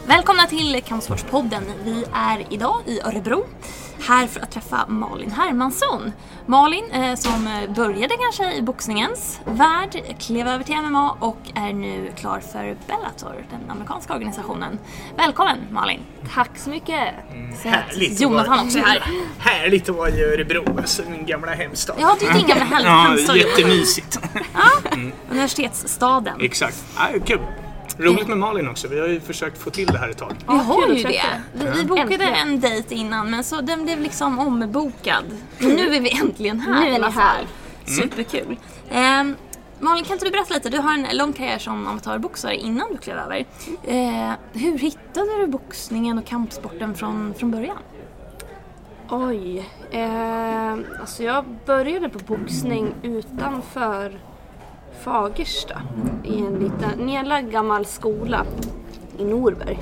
Välkomna till Kampsportspodden. Vi är idag i Örebro här för att träffa Malin Hermansson. Malin som började kanske i boxningens värld, klev över till MMA och är nu klar för Bellator, den amerikanska organisationen. Välkommen Malin. Tack så mycket. Härligt. Jonathan också här. Härligt att vara i Örebro, alltså min gamla hemstad. Ja, det är din gamla hemstad. Jättemysigt. Ja, universitetsstaden. Exakt, kul. Roligt med Malin också, vi har ju försökt få till det här ett tag. Vi har ju det. Vi bokade en dejt innan, men så den blev liksom ombokad. Nu är vi äntligen här. Nu är ni här. Superkul. Malin, kan inte du berätta lite? Du har en lång karriär som amatörboxare innan du klev över. Hur hittade du boxningen och kampsporten från början? Oj. Alltså jag började på boxning utanför Fagersta i en liten nedlagd gammal skola i Norberg.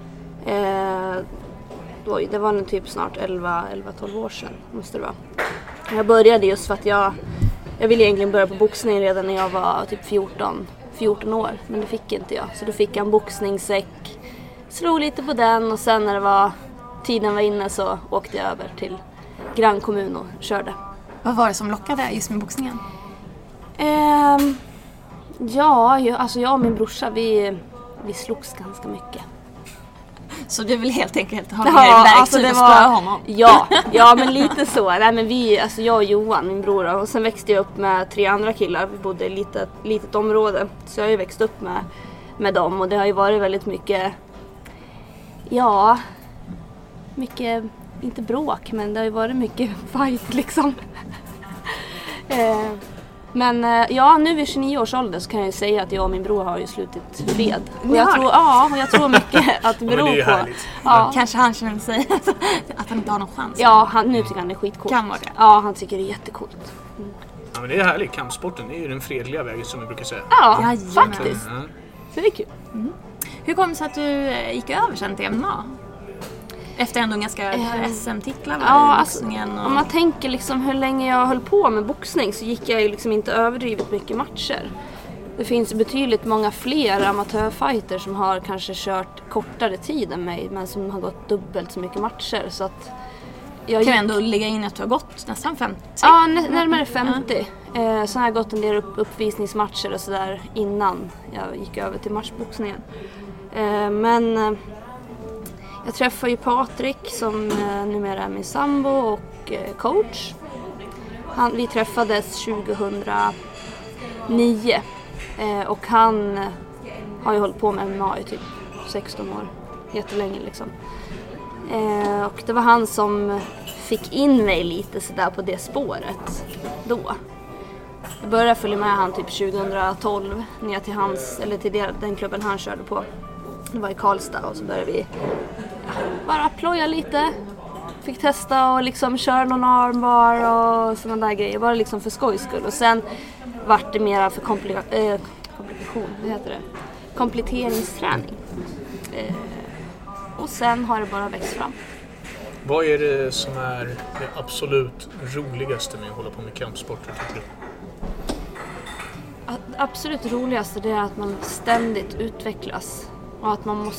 Det var typ snart 11-12 år sedan måste det vara. Jag började just för att jag ville egentligen börja på boxning redan när jag var typ 14 år, men det fick inte jag. Så då fick jag en boxningssäck, slog lite på den och sen när tiden var inne så åkte jag över till grannkommun och körde. Vad var det som lockade just med boxningen? Alltså jag och min brorsa, vi slogs ganska mycket. Så du vill helt enkelt ha mer verktyg och spöa honom? Ja, men lite så. Nej, men jag och Johan, min bror, och sen växte jag upp med 3 andra killar. Vi bodde i ett litet område. Så jag har ju växt upp med dem. Och det har ju varit väldigt mycket, mycket, inte bråk, men det har ju varit mycket fight liksom. Men nu vid 29 års ålder så kan jag ju säga att jag och min bror har ju slutit fred. Och jag tror mycket att det beror på... Ja. Kanske han känner sig att han inte har någon chans. Ja, nu tycker han det är skitcoolt. Kan vara det. Ja, han tycker det är jättecoolt. Mm. Ja, men det är härligt. Kampsporten, det är ju den fredliga vägen som vi brukar säga. Ja, faktiskt. Ja. Så det är kul. Mm. Hur kom det sig att du gick över sen till MMA? Efter ändå ganska SM-titlar i boxningen. Om man tänker liksom hur länge jag höll på med boxning så gick jag liksom inte överdrivet mycket matcher. Det finns betydligt många fler amatörfighter som har kanske kört kortare tid än mig men som har gått dubbelt så mycket matcher. Så att jag kan ändå ligga in att du har gått nästan 50? Ja, närmare 50. Så har jag gått en del uppvisningsmatcher och sådär innan jag gick över till matchboxningen. Men... Jag träffade ju Patrik som numera är min sambo och coach. Vi träffades 2009 och han har ju hållit på med MMA i typ 16 år. Jättelänge liksom. Och det var han som fick in mig lite sådär på det spåret då. Jag började följa med han typ 2012 ner till den klubben han körde på. Det var i Karlstad och så började vi bara ploja lite. Fick testa och liksom köra någon armbar och sådana där grejer. Bara liksom för skojs skull. Och sen vart det mera för kompletteringsträning. Och sen har det bara växt fram. Vad är det som är det absolut roligaste med att hålla på med kampsporter tycker du? Absolut roligaste det är att man ständigt utvecklas. Och att man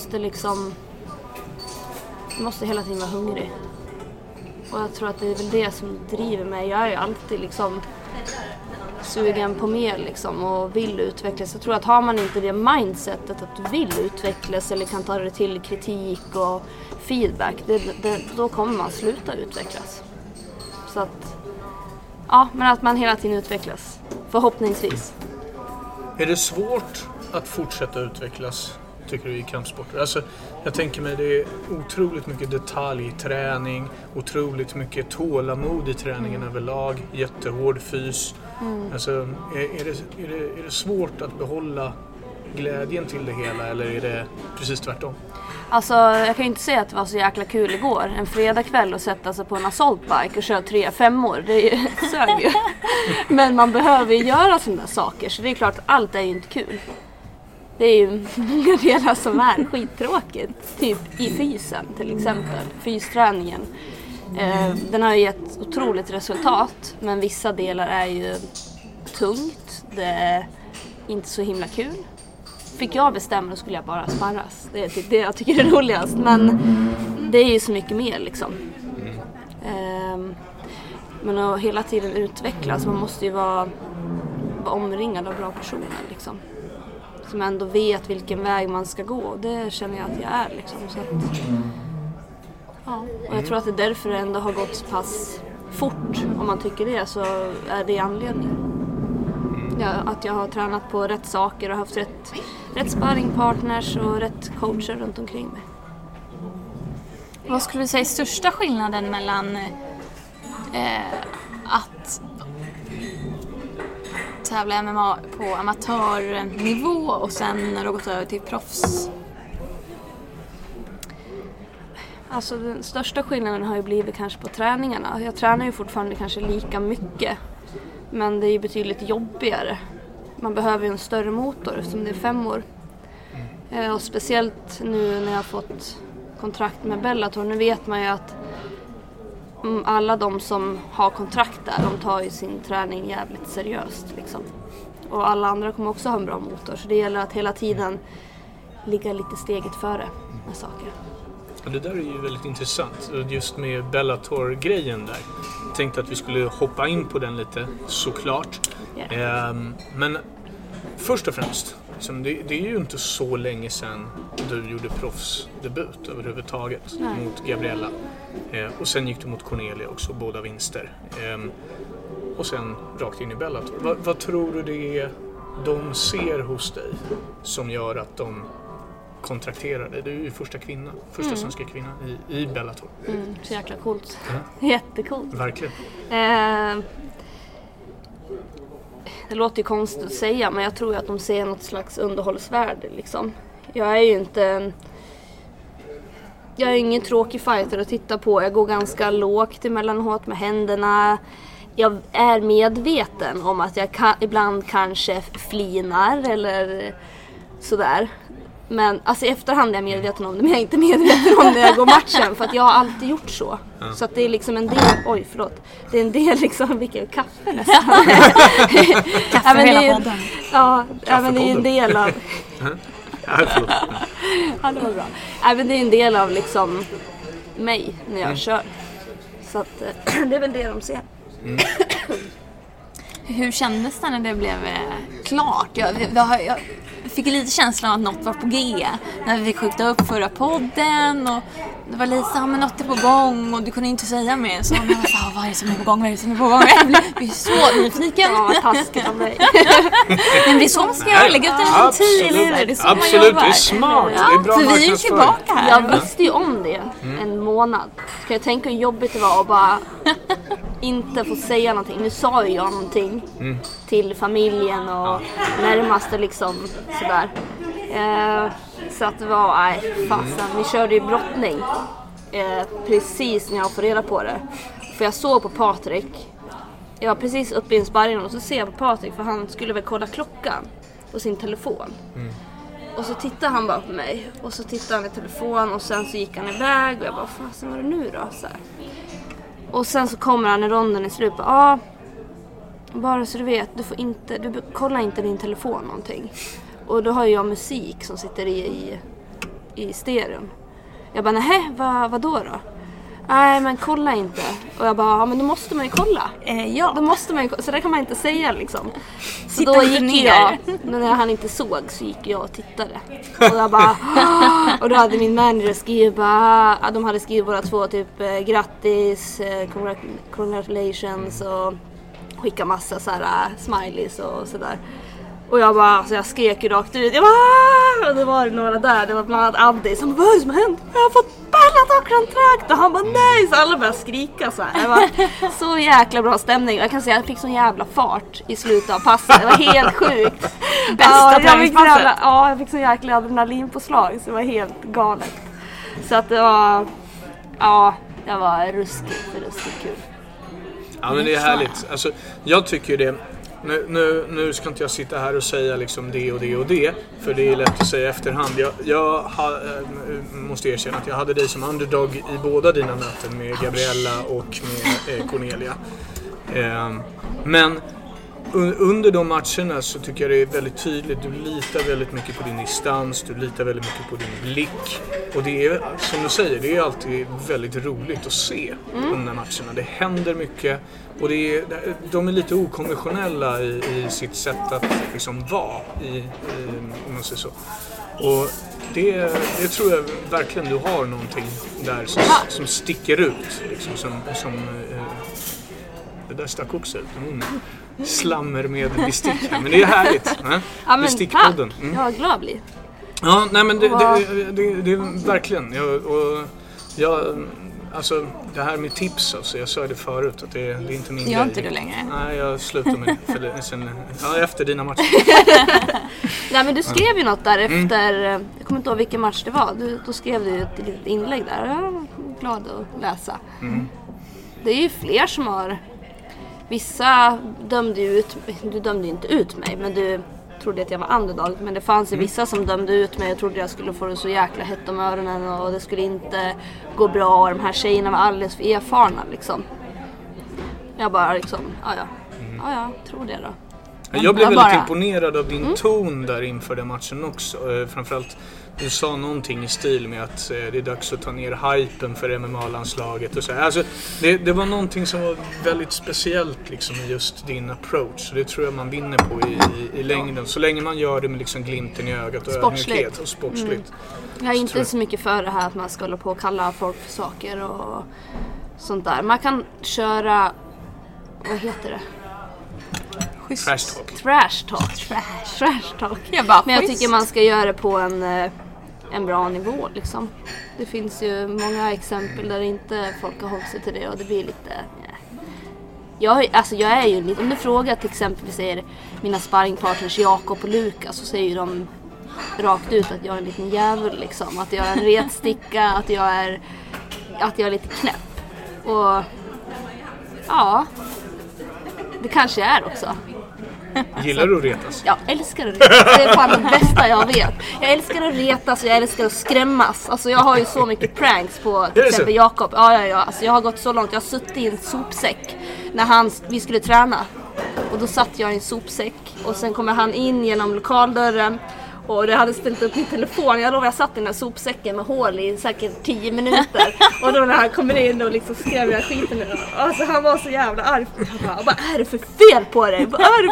måste hela tiden vara hungrig. Och jag tror att det är väl det som driver mig. Jag är ju alltid liksom sugen på mer liksom och vill utvecklas. Jag tror att har man inte det mindsetet att du vill utvecklas eller kan ta det till kritik och feedback, då kommer man sluta utvecklas. Så att, men att man hela tiden utvecklas. Förhoppningsvis. Är det svårt att fortsätta utvecklas? Tycker du i kampsporter? Alltså, jag tänker mig det är otroligt mycket detaljträning, otroligt mycket tålamod i träningen överlag, jättehård fys. Alltså, är det svårt att behålla glädjen till det hela eller är det precis tvärtom? Alltså, jag kan ju inte säga att det var så jäkla kul igår. En fredagkväll och sätta sig på en assaultbike och köra 3-5 det är ju sög ju. Men man behöver ju göra sådana saker så det är klart att allt är ju inte kul. Det är ju många delar som är skittråkigt. Typ i fysen till exempel. Fysträningen. Den har ju gett otroligt resultat. Men vissa delar är ju tungt. Det är inte så himla kul. fick jag bestämma, då skulle jag bara sparras. Det är typ det jag tycker är roligast. Men det är ju så mycket mer liksom. Men att hela tiden utvecklas, man måste ju vara omringad av bra personer liksom. Som ändå vet vilken väg man ska gå. Det känner jag att jag är liksom. Så att, ja. Och jag tror att det är därför det ändå har gått så pass fort. Om man tycker det, så är det anledningen. Ja, att jag har tränat på rätt saker och haft rätt sparringpartners och rätt coacher runt omkring mig. Vad skulle du säga är största skillnaden mellan att tävla MMA på amatörnivå och sen när du gått över till proffs? Alltså den största skillnaden har ju blivit kanske på träningarna. Jag tränar ju fortfarande kanske lika mycket, men det är ju betydligt jobbigare. Man behöver ju en större motor eftersom det är 5 år. Och speciellt nu när jag har fått kontrakt med Bellator. Nu vet man ju att alla de som har kontrakt där, de tar ju sin träning jävligt seriöst liksom. Och alla andra kommer också ha en bra motor. Så det gäller att hela tiden ligga lite steget före med saker. Ja, det där är ju väldigt intressant. Just med Bellator-grejen där. Jag tänkte att vi skulle hoppa in på den lite, såklart. Yeah. Men först och främst, liksom, det är ju inte så länge sedan du gjorde proffsdebut överhuvudtaget. Nej. Mot Gabriella. Och sen gick du mot Cornelia också, båda vinster. Och sen rakt in i Bellator. Vad tror du det är de ser hos dig som gör att de kontrakterar dig? Du är ju första svenska kvinnan i Bellator. Så jäkla coolt. Jättecoolt. Verkligen. Det låter ju konstigt att säga, men jag tror att de ser något slags underhållsvärde liksom. Jag är ju inte jag är ingen tråkig fighter att titta på. Jag går ganska lågt emellanåt med händerna. Jag är medveten om att jag ibland kanske flinar eller sådär. Men alltså i efterhand är jag medveten om det, men jag är inte medveten om det när jag går matchen. För att jag har alltid gjort så. Ja. Så att det är liksom en del, det är en del liksom, vilken kaffe nästan. Kaffe hela podden. Ja, men det är en del av... Ja, det var bra. Men det är en del av liksom mig när jag kör. Så att det är väl det de ser. Hur kändes det när det blev klart? Jag fick lite känslan av att något var på G när vi fick skjuta upp förra podden och det var lite så men något är på gång och du kunde inte säga mer. Så man sa, vad är det som är på gång? Jag blev så nyfiken. Ja, taskigt av mig. Men det är så man ska göra, lägga ut en tid eller det är så absolut, man jobbar. Det är smart. Ja, det är bra för vi är ju tillbaka här. Jag visste ju om det en månad. Ska jag tänka hur jobbigt det var att bara inte få säga någonting. Nu sa ju jag någonting till familjen och närmaste liksom sådär. Så att det var, fasen. Vi körde ju brottning precis när jag får reda på det. För jag såg på Patrik. Jag var precis uppe i en sparring och så ser jag på Patrik, för han skulle väl kolla klockan på sin telefon. Och så tittade han bara på mig. Och så tittade han i telefon och sen så gick han iväg och jag bara, fasen, vad är det nu då? Så här. Och sen så kommer han i ronden i slutet. Bara så du vet, du kollar inte din telefon någonting. Och då har jag musik som sitter i stereon. Jag bara, nej, vad då? Nej, men kolla inte. Och jag bara, men då måste man ju kolla. Ja. Då måste man ju, så det kan man inte säga liksom. Så då gick jag, när han inte såg så gick jag och tittade. Och jag bara, och då hade min manager skrivit bara, de hade skrivit båda två typ grattis, congratulations och skicka massa så här smileys och sådär. Och jag bara, så jag skrek ju rakt ut. Och det var några där, det var bland annat Addi som bara, vad är det som har hänt? Jag har fått Bellator-kontrakt. Och han bara, nej, så alla började skrika så här. Det var så jäkla bra stämning. Jag kan säga att jag fick sån jävla fart i slutet av passet. Det var helt sjukt. Bästa träningspasset. Ja, jag fick sån jäkla adrenalinpåslag, så det var helt galet. Så att det var, det var ruskigt kul. Ja, men det är härligt. Alltså, jag tycker det. Nu ska inte jag sitta här och säga liksom det och det och det, för det är lätt att säga i efterhand. Jag måste erkänna att jag hade dig som underdog i båda dina möten med Gabriella och med Cornelia. Men under de matcherna så tycker jag det är väldigt tydligt. Du litar väldigt mycket på din distans, du litar väldigt mycket på din blick. Och det är, som du säger, det är alltid väldigt roligt att se under matcherna. Det händer mycket och de är lite okonventionella i sitt sätt att liksom vara, om man säger så. Och det tror jag verkligen du har någonting där som sticker ut. Liksom, som det där stack också ut. Slammer med bestick här. Men det är härligt. Bestickpodden. Jag är glad bli. Ja, nej men det är verkligen. Alltså det här med tips, alltså, jag sa det förut att det är inte min grej. Gör inte du längre? Nej, jag slutar med det efter dina matcher. Nej, men du skrev ju något där efter, jag kommer inte ihåg vilken match det var. Då skrev du ett litet inlägg där. Jag är glad att läsa. Det är ju fler som har, vissa dömde ju ut, du dömde inte ut mig, men du trodde att jag var underdog, men det fanns ju vissa som dömde ut mig och trodde jag skulle få det så jäkla hett om öronen och det skulle inte gå bra och de här tjejerna var alldeles för erfarna liksom. Jag bara liksom, ja, tror det då. Jag blev väldigt imponerad av din ton där inför den matchen också. Framförallt, du sa någonting i stil med att det är dags att ta ner hypen för MMA-landslaget och så. Alltså, det var någonting som var väldigt speciellt liksom, i just din approach. Det tror jag man vinner på i längden. Så länge man gör det med liksom glimten i ögat och ödmjukhet och sportsligt. Jag är inte så mycket för det här att man ska hålla på och kalla folk för saker och sånt där. Man kan köra, vad heter det? Trash talk. Men jag tycker man ska göra det på en bra nivå liksom. Det finns ju många exempel där inte folk har hållit sig till det och det blir lite... Jag är ju lite... Om du frågar till exempel säger mina sparringpartners Jakob och Lukas, så säger ju de rakt ut att jag är en liten jävel liksom. Att jag är en retsticka, att jag är lite knäpp. Och ja, det kanske är också. Gillar du att retas? Jag älskar att retas. Det är fan det bästa jag vet. Jag älskar att retas och jag älskar att skrämmas. Alltså jag har ju så mycket pranks på till exempel Jakob. Ja. Alltså jag har gått så långt. Jag har suttit i en sopsäck när vi skulle träna. Och då satt jag i en sopsäck. Och sen kommer han in genom lokaldörren. Och det hade ställt upp min telefon. Jag satt i den här sopsäcken med hål i säkert 10 minuter. Och då när han kommer in och liksom skrev jag skiten. Alltså han var så jävla arg. Jag bara, är det för fel på dig?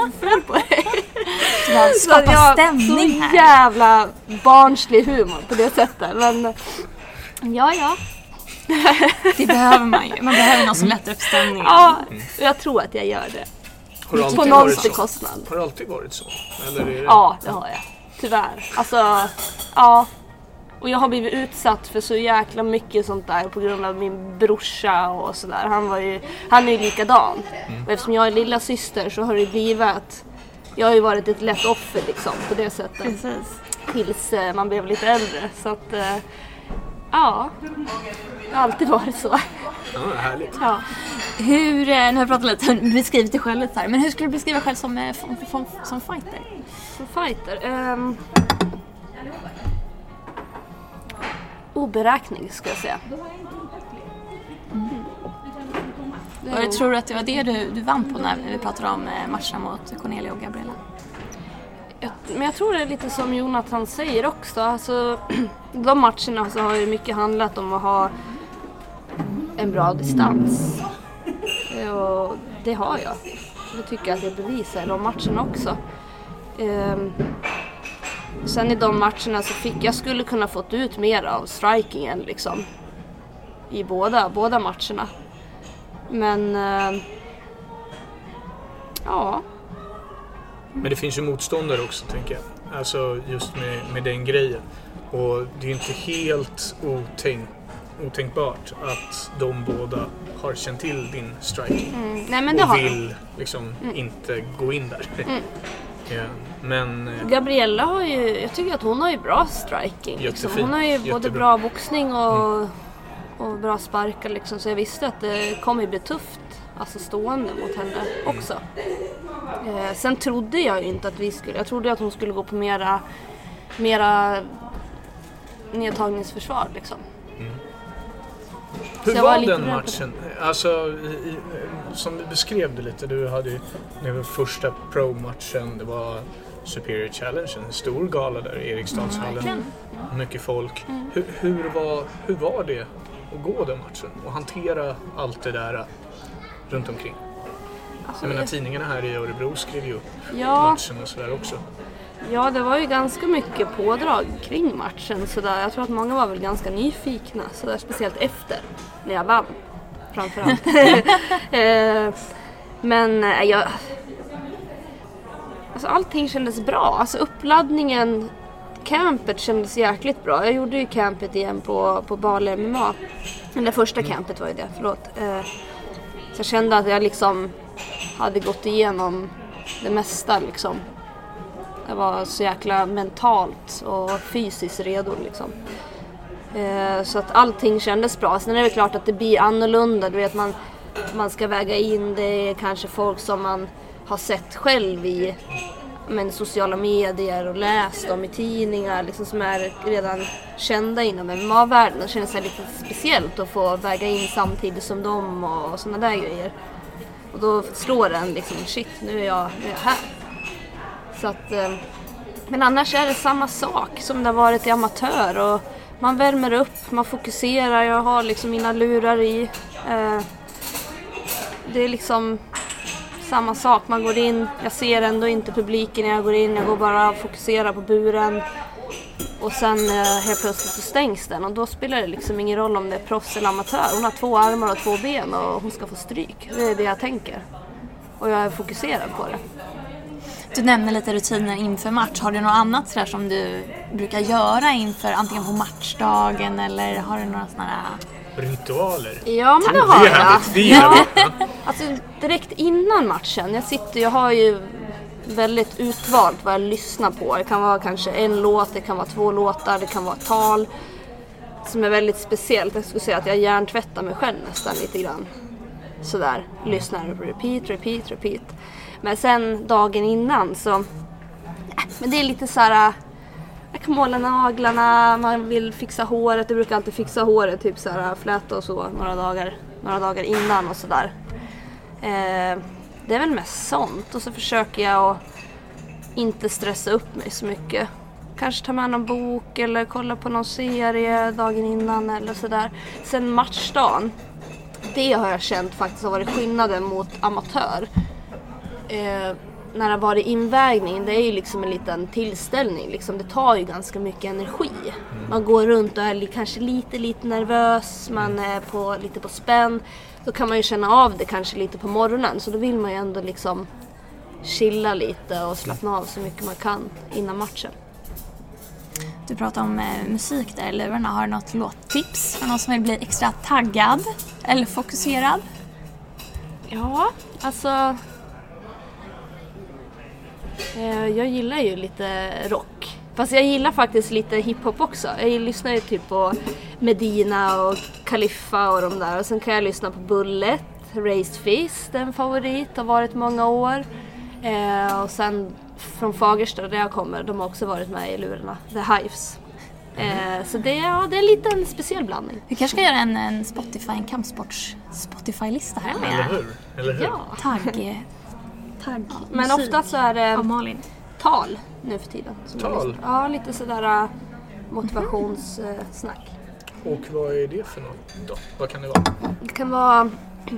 Skapa stämning här. Så jävla barnslig humor på det sättet. Men ja. Det behöver man ju. Man behöver någon som lättar upp stämningen. Ja, jag tror att jag gör det. På någons bekostnad. Har det alltid varit så? Eller är det... Ja, det har jag. Tyvärr. Alltså, ja. Och jag har blivit utsatt för så jäkla mycket sånt där på grund av min brorsa och sådär. Han är ju likadan. Och eftersom jag är lilla syster så har det blivit att jag har ju varit ett lätt offer liksom på det sättet. Precis. Tills man blev lite äldre. Så att, ja. Det har alltid varit så. Ja, härligt. Ja. Nu har jag pratat lite om beskrivit dig själv lite här. Men hur skulle du beskriva själv som fighter? Som fighter? Oberäknelig ska jag säga. Och jag tror att det var det du vann på när vi pratade om matchen mot Cornelia och Gabriella. Men jag tror det är lite som Jonathan säger också. Alltså, de matcherna så har ju mycket handlat om att ha en bra distans. Och det har jag. Jag tycker att det bevisar de matcherna också. Sen i de matcherna så jag skulle kunna fått ut mer av strikingen liksom. I båda matcherna. Men ja. Men det finns ju motståndare också, tänker jag. Alltså just med den grejen. Och det är inte helt otänkbart att de båda har känt till din striking. Nej, men det och har vill liksom inte gå in där. Ja, men Gabriella har ju, jag tycker att hon har ju bra striking. Liksom. Hon har ju både bra boxning och bra sparkar liksom. Så jag visste att det kommer bli tufft. Alltså stående mot henne också. Sen trodde jag ju inte att jag trodde att hon skulle gå på mera nedtagningsförsvar liksom. Hur var den matchen? Alltså, som du beskrev det lite, det var första pro-matchen, det var Superior Challenge, en stor gala där i Eriksdalshallen. Mycket folk. Hur var det att gå den matchen och hantera allt det där runt omkring? Alltså, jag menar, tidningarna här i Örebro skrev ju upp matchen och sådär också. Ja, det var ju ganska mycket pådrag kring matchen. Så där, jag tror att många var väl ganska nyfikna, så där, speciellt efter när jag vann framförallt. Men alltså, allting kändes bra. Alltså uppladdningen, campet kändes jäkligt bra. Jag gjorde ju campet igen på Bale MMA. Det första campet var ju det, förlåt. Så jag kände att jag liksom hade gått igenom det mesta liksom. Jag var så jäkla mentalt och fysiskt redo liksom. Så att allting kändes bra. Sen är det klart att det blir annorlunda. Du vet, man ska väga in det, kanske folk som man har sett själv i sociala medier och läst om i tidningar liksom, som är redan kända inom MMA-världen. Det känns lite speciellt att få väga in samtidigt som dem och sådana där grejer. Och då slår den liksom, shit, nu är jag här. Så att, men annars är det samma sak som det har varit i amatör. Och man värmer upp, man fokuserar, jag har liksom mina lurar i. Det är liksom samma sak, man går in, jag ser ändå inte publiken när jag går in, jag går bara och fokuserar på buren. Och sen helt plötsligt så stängs den och då spelar det liksom ingen roll om det är proffs eller amatör. Hon har 2 armar och 2 ben och hon ska få stryk. Det är det jag tänker. Och jag är fokuserad på det. Du nämner lite rutiner inför match. Har du något annat sådär som du brukar göra inför antingen på matchdagen eller har du några sådana ritualer? Ja, men det har jag. Ja. Alltså direkt innan matchen. Jag har ju väldigt utvalt vad jag lyssnar på. Det kan vara kanske 1 låt, det kan vara 2 låtar, det kan vara tal som är väldigt speciellt. Jag skulle säga att jag hjärntvättar mig själv nästan lite grann. Sådär, lyssnar, repeat. Men sen dagen innan så men det är lite så här, jag kan måla naglarna, man vill fixa håret, jag brukar alltid fixa håret typ så här, fläta och så några dagar innan och sådär. Det är väl mest sånt och så försöker jag att inte stressa upp mig så mycket. Kanske ta med någon bok eller kolla på någon serie dagen innan eller sådär. Sen matchdagen, det har jag känt faktiskt har varit skillnaden mot amatör. När det var invägning, det är ju liksom en liten tillställning liksom, det tar ju ganska mycket energi. Man går runt och är kanske lite nervös, man är lite på spänn. Då kan man ju känna av det kanske lite på morgonen, så då vill man ju ändå liksom chilla lite och slappna av så mycket man kan innan matchen. Du pratar om musik där i lurarna. Har du något låttips för någon som vill bli extra taggad eller fokuserad? Ja, alltså jag gillar ju lite rock. Fast jag gillar faktiskt lite hiphop också. Jag lyssnar ju typ på Medina och Khalifa och de där. Och sen kan jag lyssna på Bullet, Raised Fist, en favorit, har varit många år. Och sen från Fagersta där jag kommer, de har också varit med i lurarna, The Hives. Så det är en liten speciell blandning. Vi kanske ska göra en kampsports Spotify-lista här med. Eller hur? Ja, tagg. Men ofta så är det Malin. tal nu för tiden. Tal? Ja, lite sådär motivationssnack. Och vad är det för något då? Vad kan det vara? Det kan vara...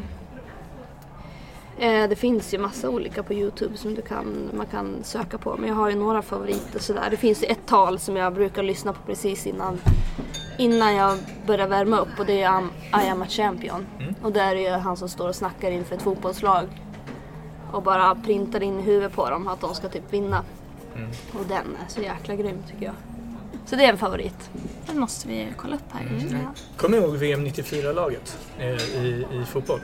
det finns ju massa olika på YouTube som man kan söka på. Men jag har ju några favoriter sådär. Det finns ju ett tal som jag brukar lyssna på precis innan jag börjar värma upp. Och det är I am a champion. Och där är ju han som står och snackar inför ett fotbollslag. Och bara printar in i huvudet på dem att de ska typ vinna. Och den är så jäkla grym tycker jag. Så det är en favorit. Den måste vi kolla upp här. Ja. Kommer ihåg VM 94-laget i fotboll?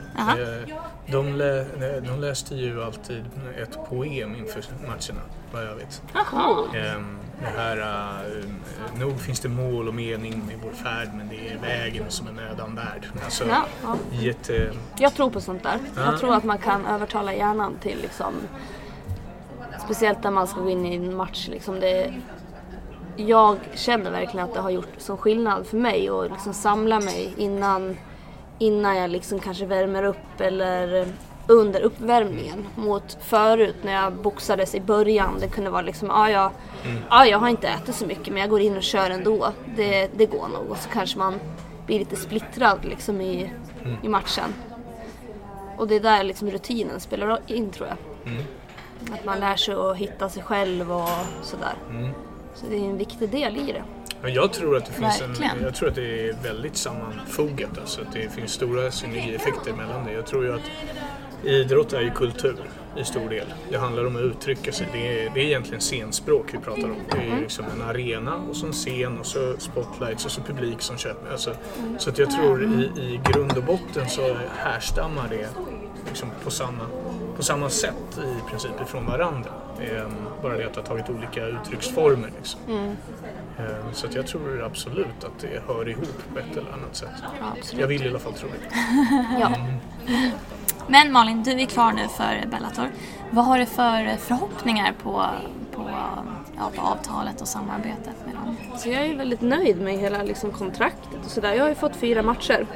De läste ju alltid ett poem inför matcherna, vad jag vet. Det här, nog finns det mål och mening med vår färd, men det är vägen som är mödan värd. Alltså, jag tror på sånt där. Jag tror att man kan övertala hjärnan till liksom, speciellt när man ska gå in i en match liksom, jag känner verkligen att det har gjort sån skillnad för mig och liksom samla mig innan jag liksom kanske värmer upp eller under uppvärmningen mot förut när jag boxades i början. Det kunde vara liksom, jag har inte ätit så mycket men jag går in och kör ändå. Det går nog. Och så kanske man blir lite splittrad liksom i matchen. Och det är där liksom rutinen spelar in, tror jag. Att man lär sig att hitta sig själv och sådär. Så det är en viktig del i det. Men jag tror att det finns Verkligen. jag tror att det är väldigt sammanfogat, alltså att det finns stora synergieffekter mellan det. Jag tror ju att idrott är ju kultur i stor del. Det handlar om att uttrycka sig. Det är egentligen scenspråk vi pratar om. Det är liksom en arena och så en scen och så spotlights och så publik som köper. Alltså, så att jag tror i grund och botten så härstammar det liksom på samma sätt i princip ifrån varandra. Bara det att det har tagit olika uttrycksformer. Liksom. Så att jag tror absolut att det hör ihop på ett eller annat sätt. Absolut. Jag vill i alla fall tro det. Ja. Men Malin, du är klar nu för Bellator. Vad har du för förhoppningar på avtalet och samarbetet med dem? Så jag är väldigt nöjd med hela liksom kontraktet och sådär. Jag har ju fått 4 matcher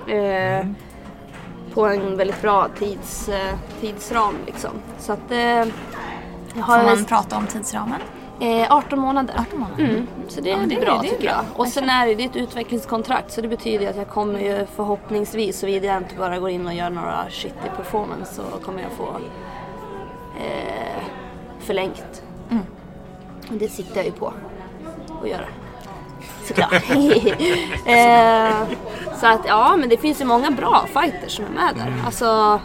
på en väldigt bra tidsram liksom. Så att Får man prata om tidsramen? 18 månader. 18 månader. Så det är bra tycker jag. Och sen är det ett utvecklingskontrakt så det betyder att jag kommer ju förhoppningsvis, såvida jag inte bara går in och gör några shitty performance, så kommer jag få förlängt. Och det siktar jag ju på att göra. Såklart. Så att men det finns ju många bra fighters som är med där. Alltså,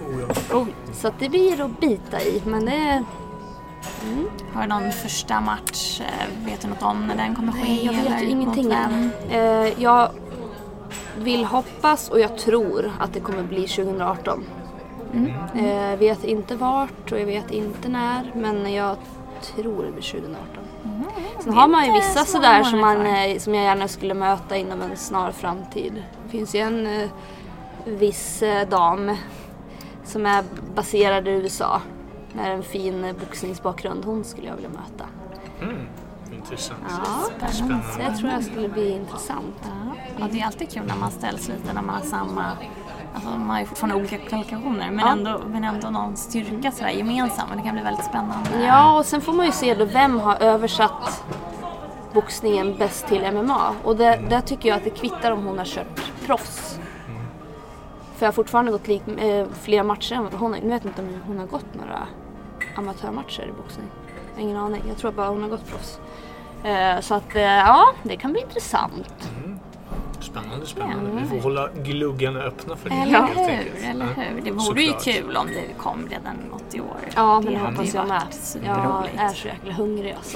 så att det blir att bita i, men det Har du någon första match? Vet du något om när den kommer ske? jag vet ju ingenting än. Jag vill hoppas och jag tror att det kommer bli 2018. Jag vet inte vart och jag vet inte när, men jag tror det blir 2018. Sen har man ju vissa sådär som jag gärna skulle möta inom en snar framtid. Det finns ju en viss dam som är baserad i USA med en fin boxningsbakgrund. Hon skulle jag vilja möta. Intressant. Ja, Spännande. så jag tror jag skulle bli intressant. Ja, det är alltid kul när man ställs lite när man har samma... Alltså man har ju fortfarande olika kvalifikationer men ändå någon styrka sådär gemensam. Det kan bli väldigt spännande. Ja, och sen får man ju se då vem har översatt boxningen bäst till MMA. Och där tycker jag att det kvittar om hon har kört proffs. För jag har fortfarande gått flera matcher än hon. Jag vet inte om hon har gått några amatörmatcher i boxning. Ingen aning. Jag tror bara hon har gått proffs. Så att det kan bli intressant. Spännande. Vi får hålla gluggarna öppna för det. Eller hur? Det vore ju kul om det kom redan 80 år. Ja, men det det hoppas jag med. Jag är så jäkla hungrig alltså.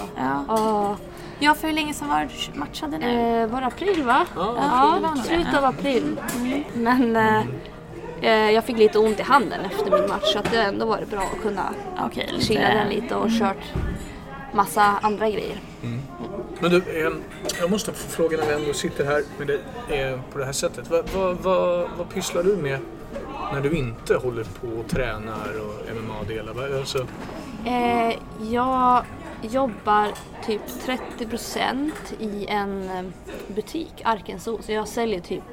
Ja, för hur länge sedan matchade du? Var april va? Ja, slutet av april. Men jag fick lite ont i handen efter min match, så att det ändå var bra att kunna chilla den lite och kört massa andra grejer. Men du, jag måste få fråga när vi ändå sitter här med dig på det här sättet. Vad pysslar du med när du inte håller på och tränar och MMA-delar? Alltså... Jag jobbar typ 30% i en butik, Arkenso. Så jag säljer typ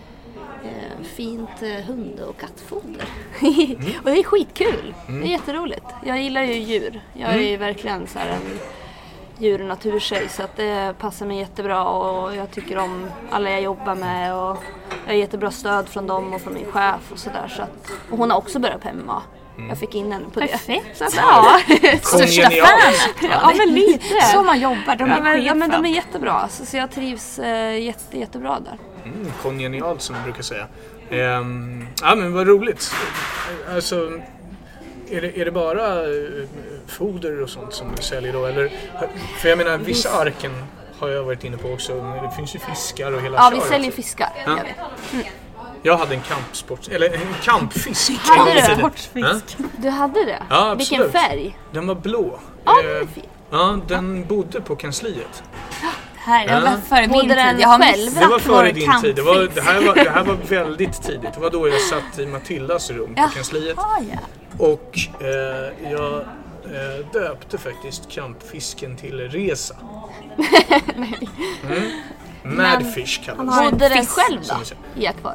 fint hund- och kattfoder. Och det är skitkul. Det är jätteroligt. Jag gillar ju djur. Jag är ju verkligen så här en djur- och naturtjej, så att det passar mig jättebra och jag tycker om alla jag jobbar med och jag har jättebra stöd från dem och från min chef och sådär. Och hon har också börjat på MMA. Jag fick in henne på Perfekt. det. Perfekt. Största fan. Ja, men lite. Så man jobbar, de är men de är jättebra. Så jag trivs jättebra där. Kongenialt som man brukar säga. Ja, men vad roligt. Alltså, är det bara foder och sånt som du säljer då? Eller, för jag menar, vissa arken har jag varit inne på också. Det finns ju fiskar och hela vi säljer fiskar. Ja. Jag hade en kampfisk. Hade du? Sportfisk. Du hade det? Ja, absolut. Vilken färg? Den var blå. Ja, den är fin. Ja, den bodde på kansliet. Det var före min tid. Jag har det var före din tid. Det här var väldigt tidigt. Det var då jag satt i Matildas rum på kansliet. Och jag döpte faktiskt kampfisken till Resa. Nej. Madfish kallas. Bodde den själv då? I akvariet?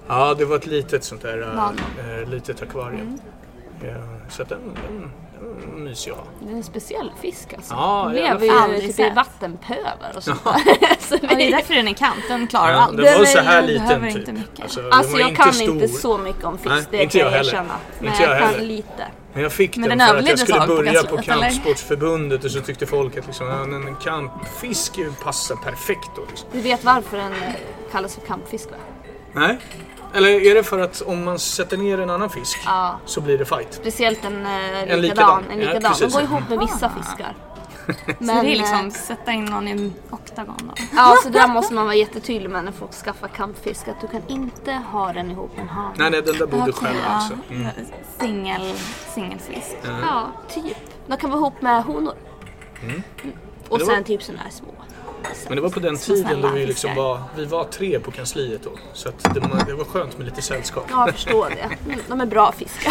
Ja, det var ett litet sånt där litet akvarium. Så att den mysig att ha. Det är en speciell fisk alltså. Ja, den lever ju typ i vattenpöver och sånt där. Så det är därför den är kant, den klarar allt. Den var så här liten typ. Inte mycket. Alltså jag kan inte så mycket om fisk, det kan jag erkänna. Men jag kan lite. Men jag fick den för att jag skulle börja på Kampsportsförbundet och så tyckte folk att liksom, en kampfisk passar perfekt då. Liksom. Du vet varför den kallas för kampfisk, va? Nej. Eller är det för att om man sätter ner en annan fisk så blir det fight? Speciellt en likadan. Ja, de går ihop med vissa fiskar. Men så det är liksom sätta in någon i en oktagon då? Ja, så där måste man vara jättetydlig med när folk skaffar kampfisk. Att du kan inte ha den ihop med en hane. Nej, den där bodde själv alltså. Singelfisk. Ja, typ. De kan vara ihop med honor. Och sen typ sådana här små. Men det var på den tiden då vi var 3 på kansliet då. Så att det var skönt med lite sällskap. Ja, jag förstår det. De är bra fiskar.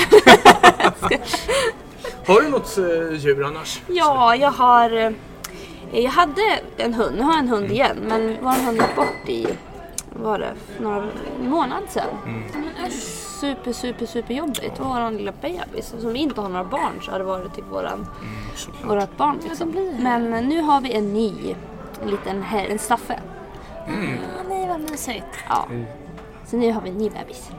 Har du något djur annars? Ja, jag hade en hund. Nu har jag en hund igen. Men vår hund gick bort i några månader sedan. Super jobbigt. Det var en lilla bebis. Som vi inte har några barn så hade det varit typ vårat barn. Liksom. Men nu har vi en ny en staffe. Nej, vad mysigt. Ja. Så nu har vi en ny bebis.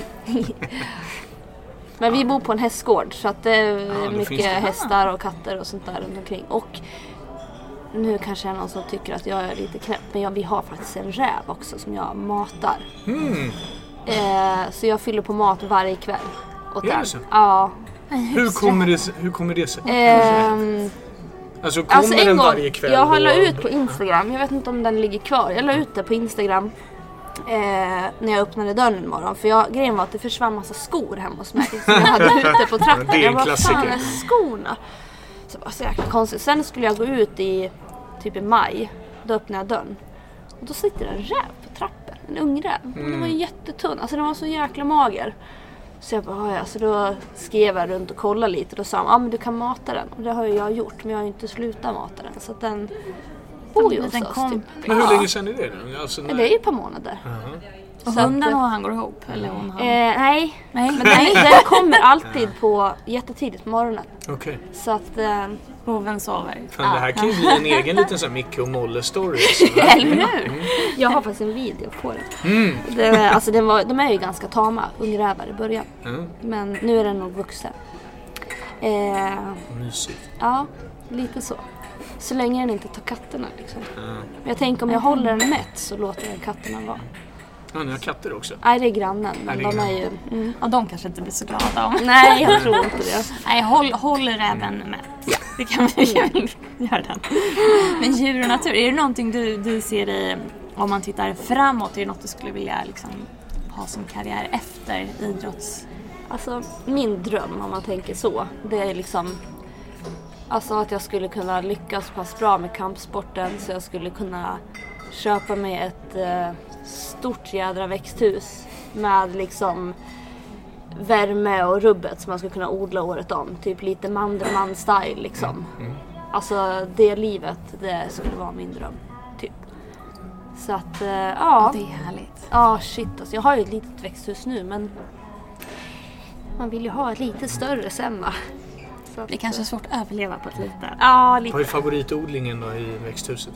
Men vi bor på en hästgård så att det är mycket hästar och katter och sånt där runt omkring. Och nu kanske är någon som tycker att jag är lite knäpp, men vi har faktiskt en räv också som jag matar. Så jag fyller på mat varje kväll. Ja. Hur kommer det sig? Alltså kommer den varje kväll? Jag har la ut på Instagram. Jag vet inte om den ligger kvar. Jag la ut det på Instagram när jag öppnade dörren en morgon. För grejen var att det försvann massa skor hemma hos mig. Så jag hade ute på trappan. Det är en klassiker. Fan är skorna? Så det var så jäkla konstigt. Sen skulle jag gå ut i maj. Då öppnade jag dörren. Och då sitter en räv på trappen. En ung räv. Och den var ju jättetunn. Alltså den var så jäkla mager. Så jag bara, så då skrev jag runt och kollade lite. Då sa han, men du kan mata den. Och det har ju jag gjort, men jag har ju inte slutat mata den. Så att den bor ju hos oss typ. Men hur länge sedan är det då? Alltså, det är ju ett par månader. Och hunden och han går ihop? Eller nej. Men den kommer alltid jättetidigt på morgonen. Okej. Så att hoven sover. Fan, det här kan ju bli en egen liten sån Micke och Molle-story. Eller hur? Jag har faktiskt en video på det. De är ju ganska tama ungrävar i början. Men nu är den nog vuxen. Mysigt. Ja, lite så. Så länge den inte tar katterna liksom. Jag tänker om jag håller den mätt så låter jag katterna vara. Ja, ni har katter också? Nej, det är grannen. Men de är ju... Ja, de kanske inte blir så glada om. Nej, jag tror inte det. Nej, håll räven mätt. Ja. Det kan vi göra den. Men djur och natur, är det någonting du ser i, om man tittar framåt, är det något du skulle vilja liksom ha som karriär efter idrotts? Alltså, min dröm om man tänker så, det är liksom alltså att jag skulle kunna lyckas pass bra med kampsporten så jag skulle kunna köpa mig ett stort jädra växthus med liksom värme och rubbet som man skulle kunna odla året om. Typ lite Mandelmann-style liksom. Alltså det livet, det skulle vara min dröm. Typ. Så att, ja. Det är härligt. Ja, shit. Alltså, jag har ju ett litet växthus nu, men man vill ju ha ett lite större sen va. Så det är kanske svårt att överleva på ett litet. Ja, lite. Vad är favoritodlingen då i växthuset?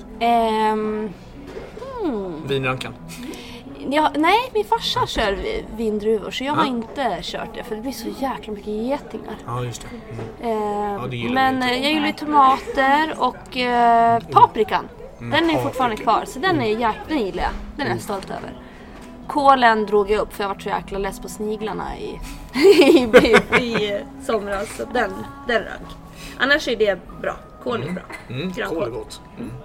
Vinrankan? Ja, nej, min farsa kör vindruvor så jag har inte kört det för det blir så jäkla mycket getingar. Ja, just det. Men jag gillar ju tomater och paprikan. Den är fortfarande kvar så den gillar jag. Den är jag stolt över. Kålen drog jag upp för jag var så jäkla less på sniglarna i somras så den rök. Annars är det bra. Kål är bra. Kål är gott.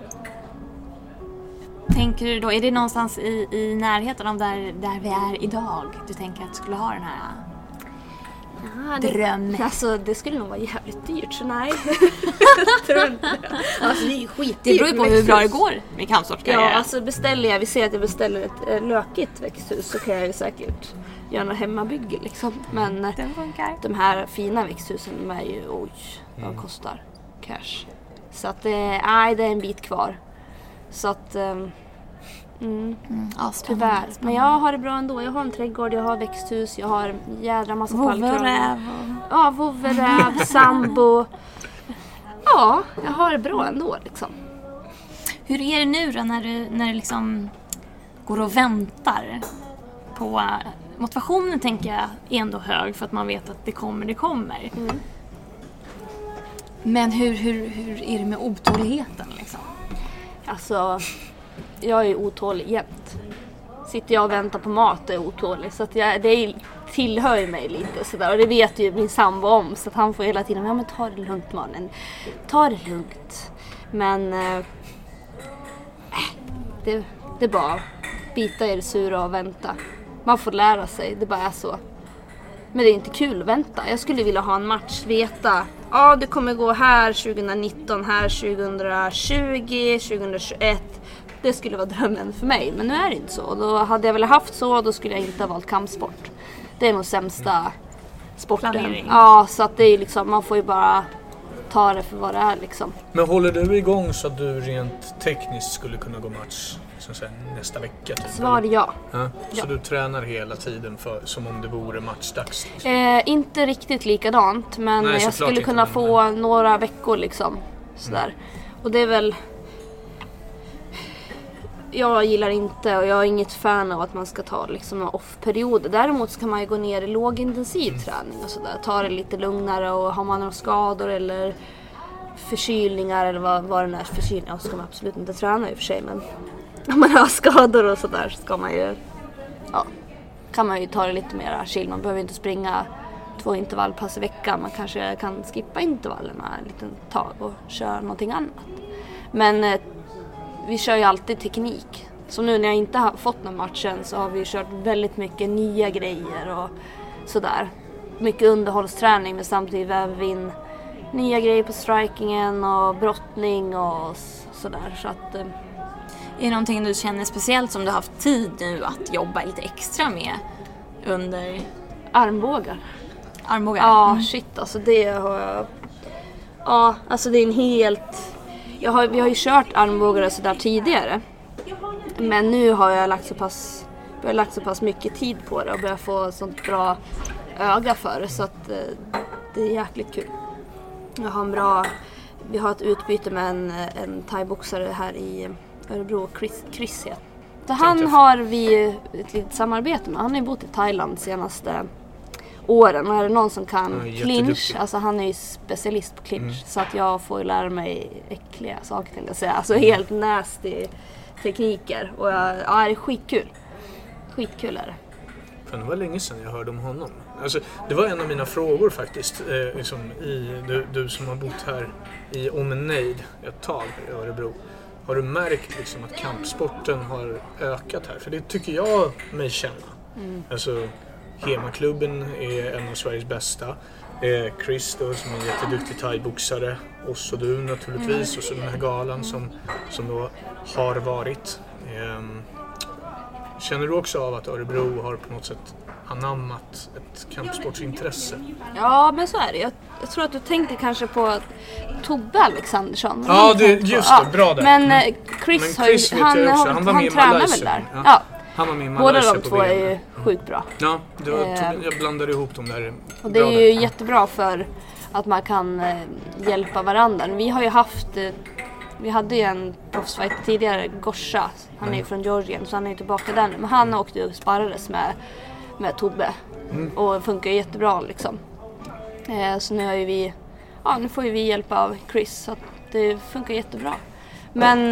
Tänker du då, är det någonstans i närheten av där vi är idag du tänker att du skulle ha den här drömmen? Alltså det skulle nog vara jävligt dyrt så nej. Tror inte. Alltså det är skitdyrt. Det beror ju på hur bra det går med kampsportkarriär. Ja, alltså vi ser att jag beställer ett lökigt växthus så kan jag ju säkert göra något hemmabygge liksom. Men de här fina växthusen de är ju, de kostar cash. Så att nej, det är en bit kvar. Så att Tyvärr. Men jag har det bra ändå. Jag har en trädgård, jag har växthus, jag har jädra massa pallkronor. Ja, vovveräv, sambo. Ja, jag har det bra ändå liksom. Hur är det nu då när du liksom går och väntar på motivationen, tänker jag, är ändå hög för att man vet att det kommer. Men hur är det med otåligheten liksom? Alltså, jag är otålig jämt. Sitter jag och väntar på mat är jag otålig. Så att det tillhör mig lite sådär. Och det vet ju min sambo om. Så att han får hela tiden, ja men ta det lugnt mannen. Ta det lugnt. Men det är bara bita i det sura och vänta. Man får lära sig, det bara är så. Men det är inte kul att vänta. Jag skulle vilja ha en match, veta. Ja, det kommer gå här 2019, här 2020, 2021. Det skulle vara drömmen för mig. Men nu är det inte så. Då hade jag väl haft så, då skulle jag inte ha valt kampsport. Det är nog sämsta sporten. Planering. Ja, så att det är liksom, man får ju bara ta det för vad det är liksom. Men håller du igång så att du rent tekniskt skulle kunna gå match så att säga, nästa vecka? Typ, Svar ja. Ja. Så Ja. du tränar hela tiden som om det vore matchdags? Liksom. Inte riktigt likadant, men Nej, jag såklart skulle inte, kunna men- få några veckor liksom. Sådär. Och det är väl... Jag gillar inte, och jag är inget fan av att man ska ta liksom en off-period. Däremot så kan man ju gå ner i lågintensiv träning och sådär. Ta det lite lugnare, och har man några skador eller förkylningar eller vad det är för förkylningar, så ska man absolut inte träna i och för sig. Men om man har skador och sådär så ska man ju, ja, kan man ju ta det lite mer chill. Man behöver inte springa 2 intervallpass i veckan. Man kanske kan skippa intervallerna en liten tag och köra någonting annat. Men vi kör ju alltid teknik. Så nu när jag inte har fått någon matchen så har vi kört väldigt mycket nya grejer och sådär. Mycket underhållsträning, men samtidigt väver vi in nya grejer på strikingen och brottning och sådär. Så att, Är det någonting du känner speciellt som du har haft tid nu att jobba lite extra med under armbågar. armbågar? Ja, shit alltså det har jag... Ja, alltså det är en helt... Vi har ju kört armbågar och sådär tidigare. Men nu har jag lagt så pass mycket tid på det och börjat få sånt bra öga för det, så att det är jäkligt kul. Vi har ett utbyte med en thaiboxare här i Örebro, Chris heter. Så han har vi ett litet samarbete med. Han har ju bott i Thailand senaste åren, och är det någon som kan clinch, alltså han är ju specialist på clinch, så att jag får ju lära mig äckliga saker till att säga, alltså helt nasty tekniker, och det är skitkul. Skitkul är det. För det var länge sedan jag hörde om honom. Alltså, det var en av mina frågor faktiskt. Liksom du som har bott här i omnejd ett tag i Örebro. Har du märkt liksom att kampsporten har ökat här? För det tycker jag mig känna. Alltså, Hemaklubben är en av Sveriges bästa. Chris då, som är en jätteduktig thaiboxare. Och så du naturligtvis. Och så den här galan som då har varit. Känner du också av att Örebro har på något sätt anammat ett kampsportsintresse? Ja, men så är det. Jag tror att du tänkte kanske på Tobbe Alexandersson. Ja, just det. Bra där. Men Chris vet jag också. Han var med i tränar väl Malaysia. där. Ja. Ja. Han var med i Båda Malaysia de på två är VM. ju sjukt bra. Ja, jag blandade ihop dem där. Och det är ju jättebra för att man kan hjälpa varandra. Vi har ju vi hade ju en proffsfight tidigare, Gosha. Han är ju från Georgien, så han är ju tillbaka där nu. Men han åkte och sparrades med Tobbe. Och det funkar jättebra liksom. Så nu har ju nu får ju vi hjälp av Chris, så att det funkar jättebra. Men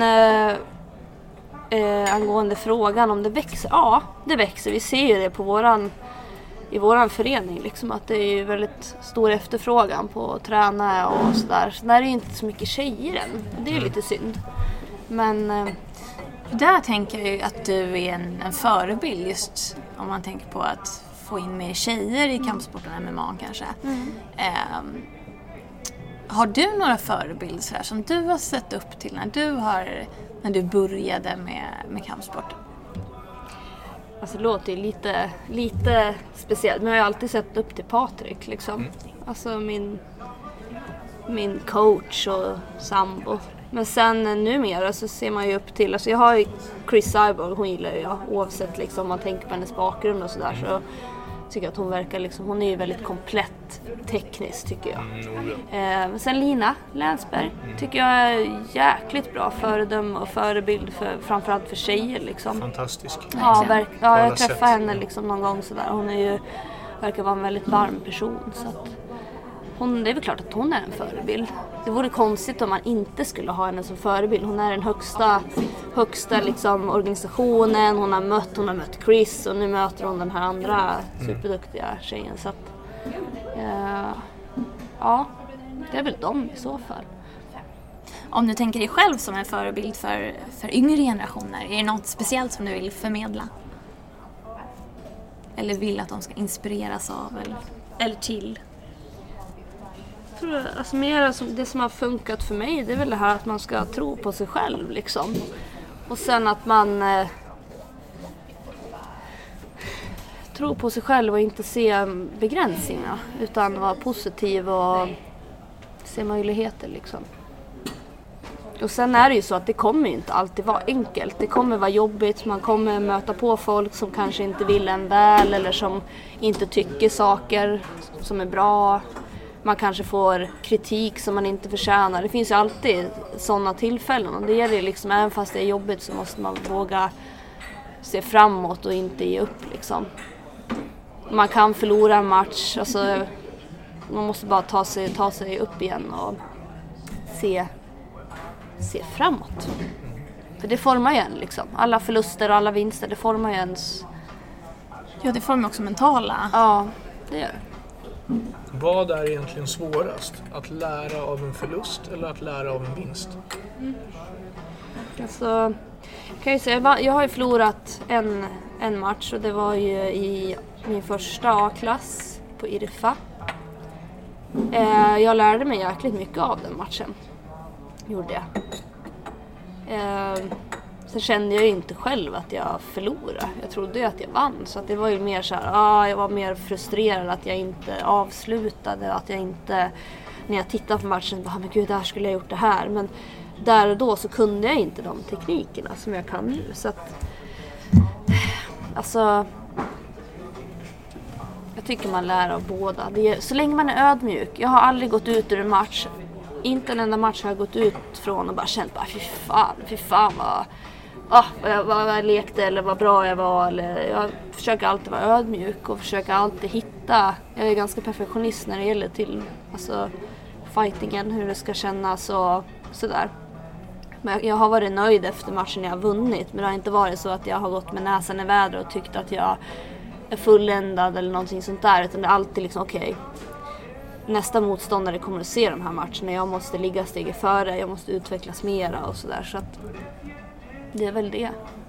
angående frågan om det växer, ja det växer. Vi ser ju det på i våran förening liksom, att det är ju väldigt stor efterfrågan på att träna och sådär. Så där är ju inte så mycket tjejer än. Det är ju lite synd. Men Där tänker jag ju att du är en förebild, just om man tänker på att få in mer tjejer i kampsporten än MMA kanske. Har du några förebilder så här, som du har sett upp till när du började med kampsport? alltså det låter ju lite speciellt, men jag har alltid sett upp till Patrik liksom. Alltså min coach och sambo. Men sen numera så ser man ju upp till, alltså jag har ju Chris Cyborg, hon gillar jag oavsett liksom om man tänker på hennes bakgrund och sådär, så tycker jag att hon verkar liksom, hon är ju väldigt komplett tekniskt tycker jag. Men sen Lina Länsberg tycker jag är jäkligt bra föredöme och förebild för, framförallt för tjejer liksom. Fantastisk. Ja, jag träffade henne liksom någon gång sådär. Hon är ju, verkar vara en väldigt varm person, så att det är väl klart att hon är en förebild. Det vore konstigt om man inte skulle ha henne som förebild. Hon är den högsta liksom, organisationen. Hon har mött Chris och nu möter hon den här andra superduktiga tjejen. Så att, ja, det är väl de i så fall. Om du tänker dig själv som en förebild för yngre generationer, är det något speciellt som du vill förmedla? Eller vill att de ska inspireras av eller till? Alltså det som har funkat för mig, det är väl det här att man ska tro på sig själv liksom. Och sen att man tror på sig själv och inte se begränsningar, utan vara positiv och se möjligheter liksom. Och sen är det ju så att det kommer ju inte alltid vara enkelt. Det kommer vara jobbigt, man kommer möta på folk som kanske inte vill en väl eller som inte tycker saker som är bra. Man kanske får kritik som man inte förtjänar. Det finns ju alltid sådana tillfällen. Och det gäller liksom, även fast det är jobbigt så måste man våga se framåt och inte ge upp liksom. Man kan förlora en match. Alltså, man måste bara ta sig upp igen och se framåt. För det formar ju en liksom. Alla förluster och alla vinster, det formar ju ens. Ja, det formar också mentala. Ja, det gör det. Vad är egentligen svårast? Att lära av en förlust eller att lära av en vinst? Alltså, kan jag säga, jag har ju förlorat en match och det var ju i min första A-klass på IRFA. Jag lärde mig jäkligt mycket av den matchen. Gjorde jag. Sen kände jag ju inte själv att jag förlorade. Jag trodde ju att jag vann. Så att det var ju mer så här, jag var mer frustrerad att jag inte avslutade. Att jag inte, när jag tittade på matchen, bara, men gud, där skulle jag gjort det här. Men där och då så kunde jag inte de teknikerna som jag kan nu. Så att, alltså, jag tycker man lär av båda. Så länge man är ödmjuk. Jag har aldrig gått ut ur en match. Inte en enda match har jag gått ut från och bara känt bara fy fan vad jag lekte eller vad bra jag var. Eller, jag försöker alltid vara ödmjuk och försöker alltid hitta. Jag är ganska perfektionist när det gäller till alltså, fightingen, hur det ska kännas och sådär. Men jag har varit nöjd efter matchen jag har vunnit. Men det har inte varit så att jag har gått med näsan i vädret och tyckt att jag är fulländad eller någonting sånt där. Utan det är alltid liksom okej. Nästa motståndare kommer att se de här matcherna. Jag måste ligga steget före. Jag måste utvecklas mera och sådär. Så att det är väl det.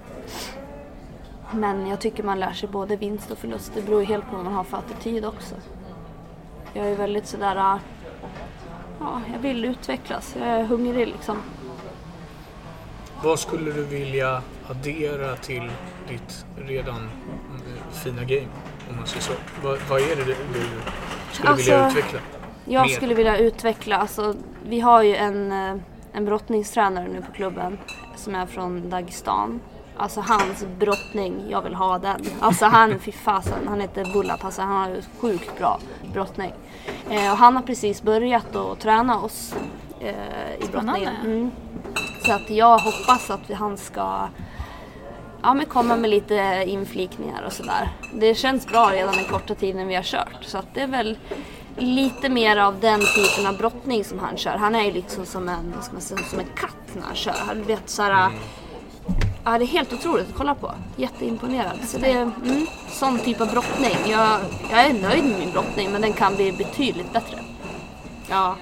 Men jag tycker man lär sig både vinst och förlust. Det beror ju helt på vad man har för attityd också. Jag är väldigt sådär... Ja, jag vill utvecklas. Jag är hungrig liksom. Vad skulle du vilja addera till ditt redan fina game? Om man säger så. Vad är det du skulle vilja utveckla? Jag skulle vilja utveckla. Alltså, vi har ju en brottningstränare nu på klubben som är från Dagestan. Alltså hans brottning, jag vill ha den. Alltså han, fy fasen, han heter Bullat. Alltså han har ju sjukt bra brottning. Och han har precis börjat att träna oss i brottningen. Så att jag hoppas att han ska komma med lite inflikningar och sådär. Det känns bra redan den korta tiden vi har kört. Så att det är väl lite mer av den typen av brottning som han kör. Han är ju liksom som en katt när han kör. Han vet såhär... Ja, det är helt otroligt att kolla på. Jätteimponerad. Så det är sån typ av brottning. Jag är nöjd med min brottning, men den kan bli betydligt bättre. Ja.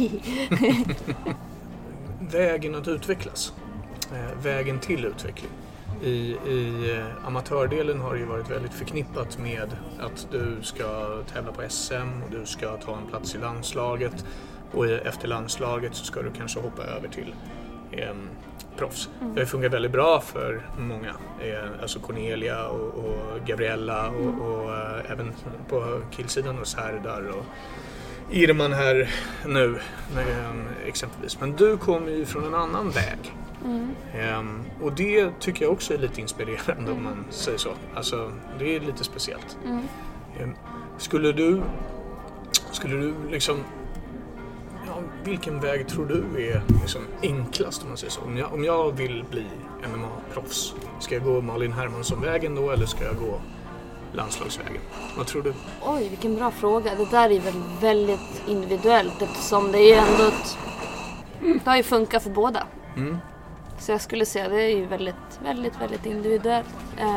Vägen att utvecklas. Vägen till utveckling. I amatördelen har det ju varit väldigt förknippat med att du ska tävla på SM och du ska ta en plats i landslaget. Och efter landslaget så ska du kanske hoppa över till proffs. Det har fungerat väldigt bra för många. Alltså Cornelia och Gabriella och även på killsidan och Serdar och irman här nu exempelvis. Men du kommer ju från en annan väg. Och det tycker jag också är lite inspirerande om man säger så. Alltså det är lite speciellt. Skulle du liksom, vilken väg tror du är liksom enklast om man säger så? Om jag vill bli MMA-proffs, ska jag gå Malin Hermansson-vägen då eller ska jag gå landslagsvägen? Vad tror du? Oj, vilken bra fråga. Det där är väl väldigt individuellt eftersom det är ju ändå det har ju funkat för båda. Så jag skulle säga det är ju väldigt, väldigt, väldigt individuellt.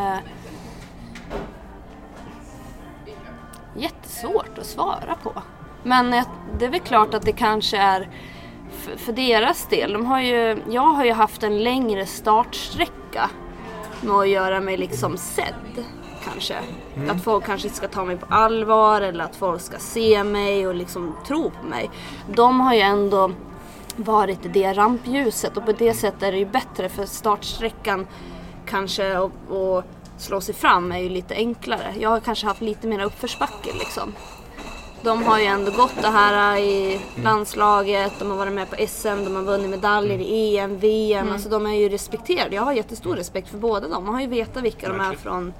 Jättesvårt att svara på. Men det är väl klart att det kanske är för deras del. Jag har ju haft en längre startsträcka med att göra mig liksom sedd. Kanske. Att folk kanske ska ta mig på allvar eller att folk ska se mig och liksom tro på mig. De har ju ändå varit i det rampljuset och på det sättet är det ju bättre för startsträckan kanske att slå sig fram är ju lite enklare. Jag har kanske haft lite mer uppförsbacke liksom. De har ju ändå gått det här i landslaget, de har varit med på SM, de har vunnit medaljer i EM, VM, alltså de är ju respekterade. Jag har jättestor respekt för båda dem. Man har ju vetat vilka de är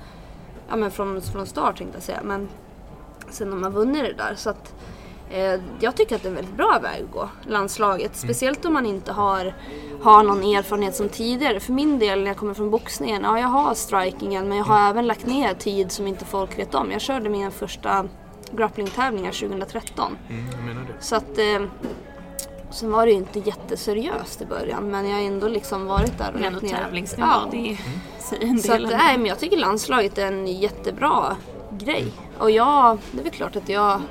från start tänkte jag säga, men sen de har vunnit det där så att jag tycker att det är en väldigt bra väg att gå, landslaget. Speciellt om man inte har någon erfarenhet som tidigare. För min del när jag kommer från boxningen, jag har strikingen men jag har även lagt ner tid som inte folk vet om. Jag körde mina första grapplingtävlingar 2013. Jag menar det. Så att sen var det ju inte jätteseriöst i början men jag har ändå liksom varit där och lagt ner. Tävlingsnivå, det säger en del. Så att, men jag tycker landslaget är en jättebra grej. Och det är väl klart att jag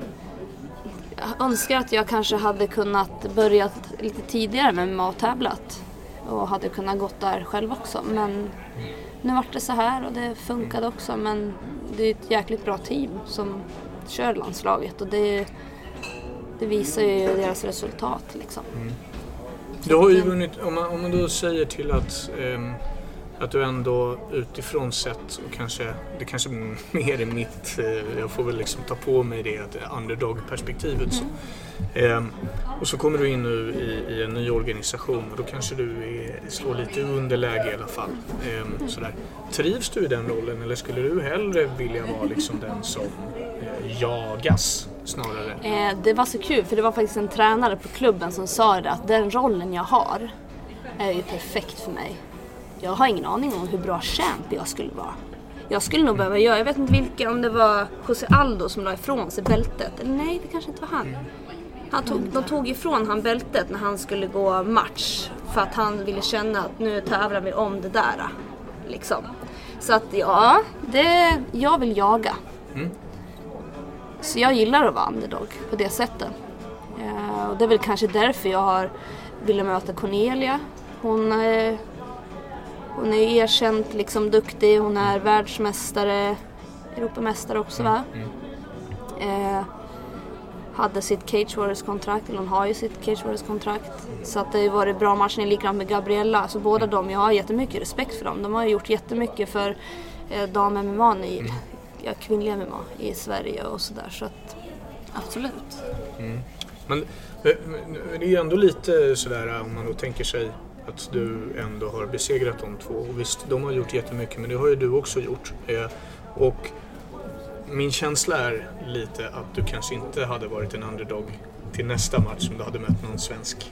önskar att jag kanske hade kunnat börja lite tidigare med MMA och tävlat. Och hade kunnat gått där själv också. Men nu vart det så här och det funkade också. Men det är ett jäkligt bra team som kör landslaget. Och det visar ju deras resultat liksom. Du har ju vunnit, om man då säger till att du ändå utifrån sett och det kanske mer är mitt, jag får väl liksom ta på mig det underdog-perspektivet så. Och så kommer du in nu i en ny organisation och då kanske du slår lite underläge i alla fall. Sådär. Trivs du i den rollen eller skulle du hellre vilja vara liksom den som jagas snarare? Det var så kul för det var faktiskt en tränare på klubben som sa det att den rollen jag har är ju perfekt för mig. Jag har ingen aning om hur bra champ jag skulle vara. Jag skulle nog behöva jag vet inte om det var José Aldo som la ifrån sig bältet. Eller nej, det kanske inte var han. De tog ifrån han bältet när han skulle gå match. För att han ville känna att nu tävlar vi om det där. Liksom. Så att jag vill jaga. Så jag gillar att vara underdog på det sättet. Och det är väl kanske därför jag ville möta Cornelia. Hon är erkänt liksom duktig. Hon är världsmästare, Europamästare också va? Hade sitt Cage Warriors-kontrakt, eller hon har ju sitt Cage Warriors-kontrakt. Så att det har varit bra matcher likadant med Gabriella. Så båda de, jag har jättemycket respekt för dem. De har gjort jättemycket för dam-MMA kvinnliga MMA i Sverige och sådär. Så att, absolut. Men det är ändå lite sådär om man då tänker sig att du ändå har besegrat de två. Och visst, de har gjort jättemycket men det har ju du också gjort. Och min känsla är lite att du kanske inte hade varit en underdog till nästa match om du hade mött någon svensk.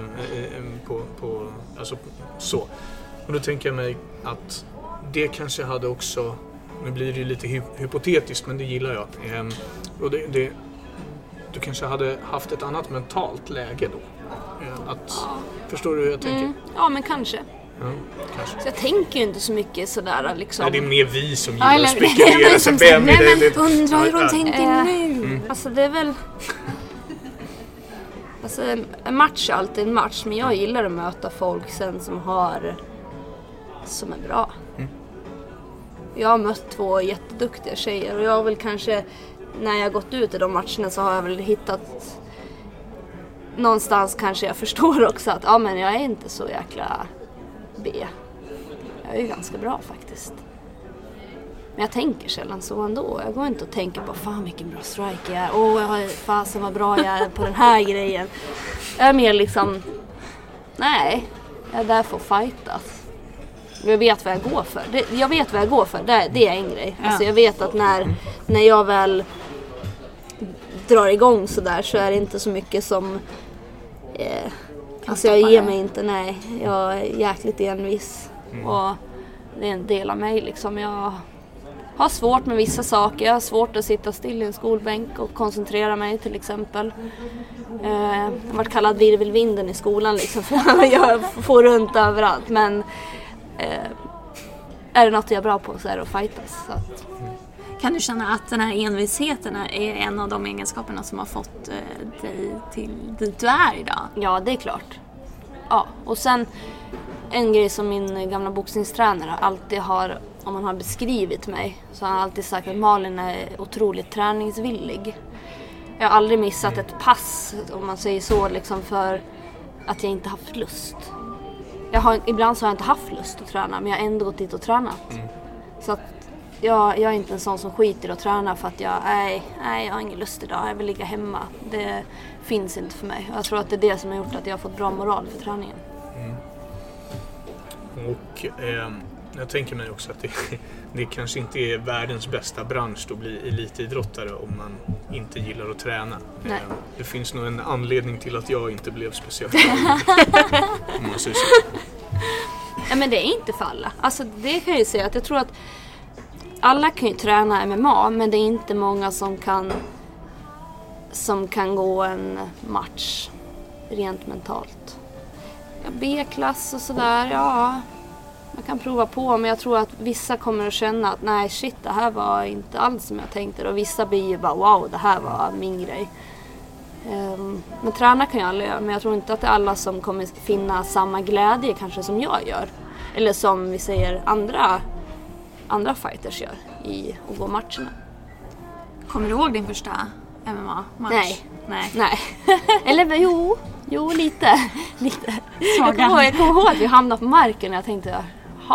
Alltså så. Och då tänker jag mig att det kanske hade också, nu blir det ju lite hypotetiskt men det gillar jag. Och du kanske hade haft ett annat mentalt läge då. Förstår du hur jag tänker? Ja, men kanske. Ja, kanske. Så jag tänker ju inte så mycket sådär liksom. Nej, det är mer vi som gillar att spekulera. Undrar hur de tänker nu. Alltså det är väl... Alltså en match är alltid en match. Men jag gillar att möta folk sen som är bra. Jag har mött 2 jätteduktiga tjejer. Och jag har väl kanske, när jag gått ut i de matcherna så har jag väl hittat... Någonstans kanske jag förstår också att men jag är inte så jäkla B. Jag är ju ganska bra faktiskt. Men jag tänker sällan så ändå. Jag går inte och tänker på fan vilken bra striker jag är. Fasen vad bra jag är på den här grejen. Jag är mer liksom, nej, jag är där för att fightas. Jag vet vad jag går för. Jag vet vad jag går för, det är en grej. Alltså jag vet att när jag väl drar igång så där så är det inte så mycket som... alltså jag ger mig inte, nej. Jag är jäkligt envis. Och det är en del av mig liksom. Jag har svårt med vissa saker. Jag har svårt att sitta still i en skolbänk och koncentrera mig till exempel. Jag har varit kallad virvelvinden i skolan liksom, för jag får runt överallt. Men är det något jag är bra på så är det att fightas. Så att. Kan du känna att den här envisheten är en av de egenskaperna som har fått dig till dit du är idag? Ja, det är klart. Ja, och sen en grej som min gamla boxningstränare alltid har, om man har beskrivit mig, så har han alltid sagt att Malin är otroligt träningsvillig. Jag har aldrig missat ett pass, om man säger så, liksom, för att jag inte haft lust. Ibland så har jag inte haft lust att träna, men jag har ändå gått dit och tränat. Så att jag är inte en sån som skiter att träna för att jag har ingen lust idag, jag vill ligga hemma. Det finns inte för mig. Jag tror att det är det som har gjort att jag har fått bra moral för träningen. Och jag tänker mig också att det kanske inte är världens bästa bransch att bli elitidrottare om man inte gillar att träna. Det finns nog en anledning till att jag inte blev speciellt bra. Om man säger så. Ja, men det är inte för alla. Alltså det kan jag ju säga att jag tror att alla kan ju träna MMA, men det är inte många som kan gå en match rent mentalt. B-klass och sådär, ja, man kan prova på, men jag tror att vissa kommer att känna att nej shit, det här var inte alls som jag tänkte, och vissa blir ju bara wow, det här var min grej. Men träna kan jag aldrig göra, men jag tror inte att det är alla som kommer finna samma glädje kanske som jag gör, eller som vi säger andra fighters gör i att gå matcherna. Kommer du ihåg din första MMA-match? Nej. Eller jo, lite. Jag kommer ihåg att vi hamnade på marken och jag tänkte,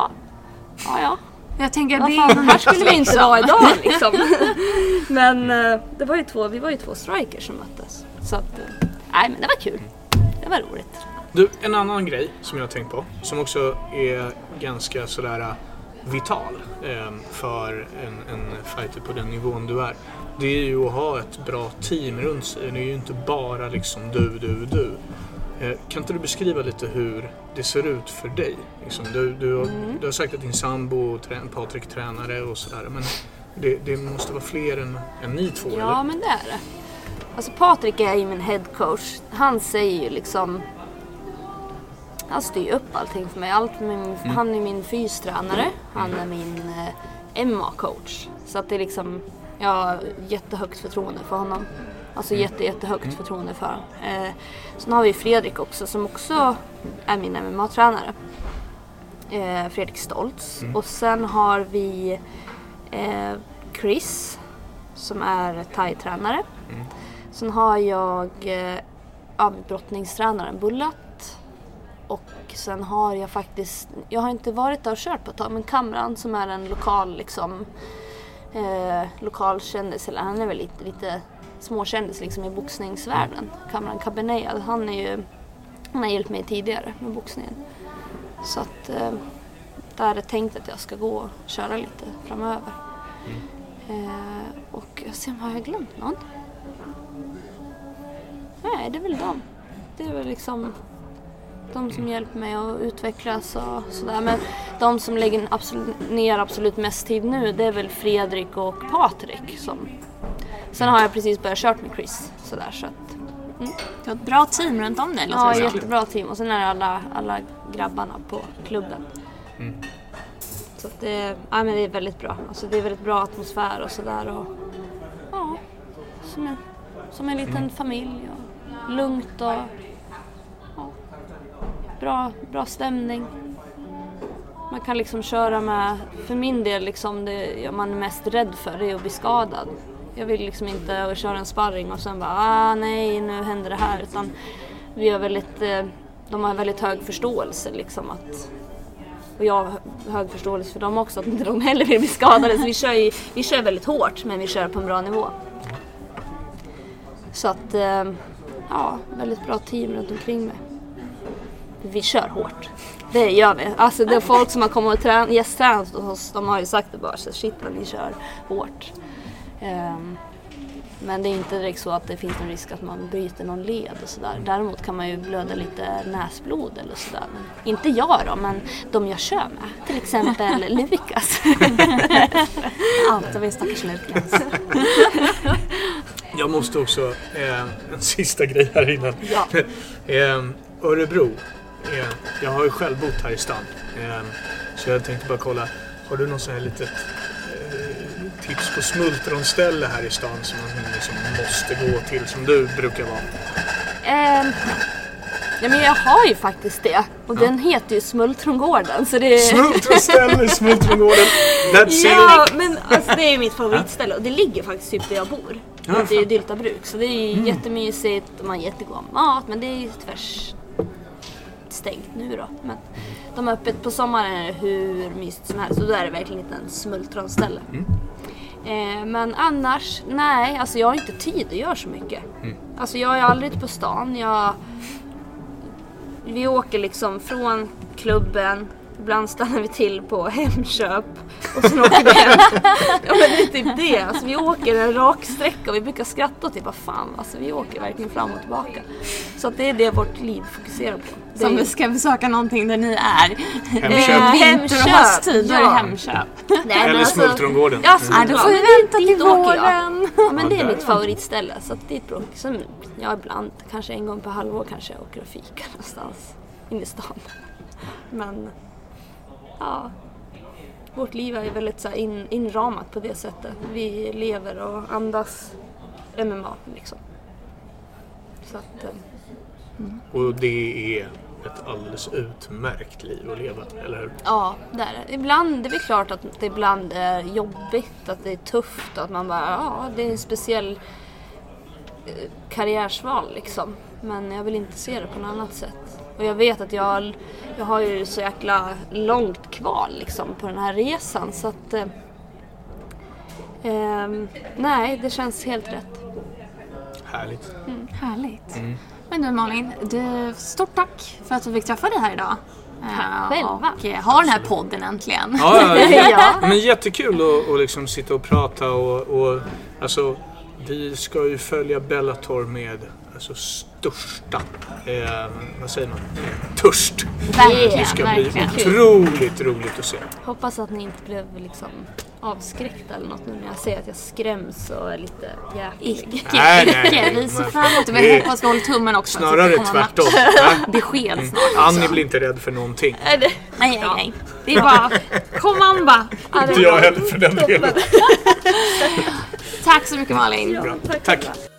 ja. Jag tänker att här skulle vi inte vara idag liksom. Men vi var ju två strikers som möttes. Så att, men det var kul. Det var roligt. Du, en annan grej som jag har tänkt på, som också är ganska sådär vital för en fighter på den nivån du är. Det är ju att ha ett bra team runt sig. Det är ju inte bara liksom du. Kan inte du beskriva lite hur det ser ut för dig? Liksom, du har sagt att din sambo Patrik tränare och sådär, men det måste vara fler än ni två, eller? Ja, men det är det. Alltså Patrik är ju min head coach. Han säger ju liksom, han styr upp allting för mig. Han är min fystränare. Han är min MMA-coach. Så att det är liksom, jag har jättehögt förtroende för honom. Alltså jättehögt förtroende för honom. Sen har vi Fredrik också, som också är min MMA-tränare. Fredrik Stoltz. Och sen har vi Chris, som är thai-tränare. Sen har jag brottningstränaren Bullet. Och sen har jag faktiskt, jag har inte varit där och kört på ett tag, men Kamran som är en lokal liksom, lokal kändis, eller han är väl lite småkändis liksom i boxningsvärlden. Kamran Kabenea, han har hjälpt mig tidigare med boxningen. Så att där är det tänkt att jag ska gå och köra lite framöver. Och jag ser om jag har glömt någon. Nej, det är väl dem. Det är väl liksom de som hjälper mig att utvecklas och sådär. Men de som lägger ner absolut mest tid nu, det är väl Fredrik och Patrik. Sen har jag precis börjat kört med Chris. Sådär, så att, Du har ett bra team runt om dig. Ja, jättebra team. Och sen är det alla grabbarna på klubben. Så att det är väldigt bra. Alltså det är väldigt bra atmosfär och sådär. Och, ja, som en liten familj. Och lugnt och bra stämning. Man kan liksom köra med, för min del liksom, det man är mest rädd för det är att bli skadad. Jag vill liksom inte köra en sparring och sen bara nej, nu händer det här, utan de har väldigt hög förståelse liksom, att Och jag har hög förståelse för dem också, att inte de heller vill bli skadade. Så vi kör väldigt hårt, men vi kör på en bra nivå. Så att, väldigt bra team runt omkring mig. Vi kör hårt. Det gör vi. Alltså det är folk som har kommit och gästtränat hos oss, de har ju sagt det bara, så shit vad vi kör hårt. Men det är inte direkt så att det finns en risk att man bryter någon led och sådär. Däremot kan man ju blöda lite näsblod eller sådär. Men inte jag då, men de jag kör med. Till exempel Lukas. Alltid vi stackars Lukas. Jag måste också, en sista grej här innan. Ja. Örebro. Jag har ju själv bott här i stan. Så jag tänkte bara kolla, har du någon sån här litet tips på smultronställe här i stan som man liksom måste gå till, som du brukar vara? Ja, men jag har ju faktiskt det. Och den heter ju Smultrongården. Så det är... Smultronställe, Smultrongården. Ja, men alltså, det är mitt favoritställe. Och det ligger faktiskt typ där jag bor. Det är ju Dyltabruk. Så det är ju jättemysigt och man har jättegod mat. Men det är ju tvärs stängt nu då. Men de är öppet på sommaren, är hur mysigt som helst. Och då är det verkligen inte en smultronställe. Men annars, nej, alltså jag har inte tid att göra så mycket. Alltså jag är aldrig ute på stan. Vi åker liksom från klubben, ibland stannar vi till på Hemköp och sen åker vi hem. Ja, men det är typ det. Alltså vi åker en rak sträcka och vi brukar skratta och typ, vad fan, alltså vi åker verkligen fram och tillbaka. Så att det är det vårt liv fokuserar på. Som vi ska besöka någonting där ni är. Hemköp. Vinter och hösttid, då är det Hemköp. Nej, Eller Smultrongården. Ja, Då får vi vänta till våren. våren. Ja, men det är mitt favoritställe. Så att det är ett bråk som jag ibland, kanske en gång per halvår kanske åker och fika någonstans in i stan. Men ja, vårt liv är väldigt så här inramat på det sättet. Vi lever och andas MMA liksom. Så att, Och det är ett alldeles utmärkt liv att leva, eller hur? ja, det är det. Ibland, det är väl klart att det ibland är jobbigt, att det är tufft, att man bara, det är en speciell karriärsval liksom. Men jag vill inte se det på något annat sätt. Och jag vet att jag har ju så jäkla långt kvar liksom på den här resan, så att nej, det känns helt rätt. Härligt. Härligt. Men du Malin, stort tack för att vi fick träffa dig här idag. Själva. Och ha den här podden äntligen. Ja. Men jättekul att liksom sitta och prata och alltså, vi ska ju följa Bellator med alltså största vad säger man? Törst. Verkligen, Det ska verkligen. bli otroligt roligt att se. Hoppas att ni inte blev liksom avskräckta eller något nu när jag säger att jag skräms och är lite jäklig. Nej. Vi ser fram emot det. Vi hoppas vi håller tummen också. Snarare tvärtom. Besked snart. Annie blir inte rädd för någonting. Nej. Det är bara, kom an bara. Inte jag heller för den delen. Tack så mycket Malin. Bra. Tack.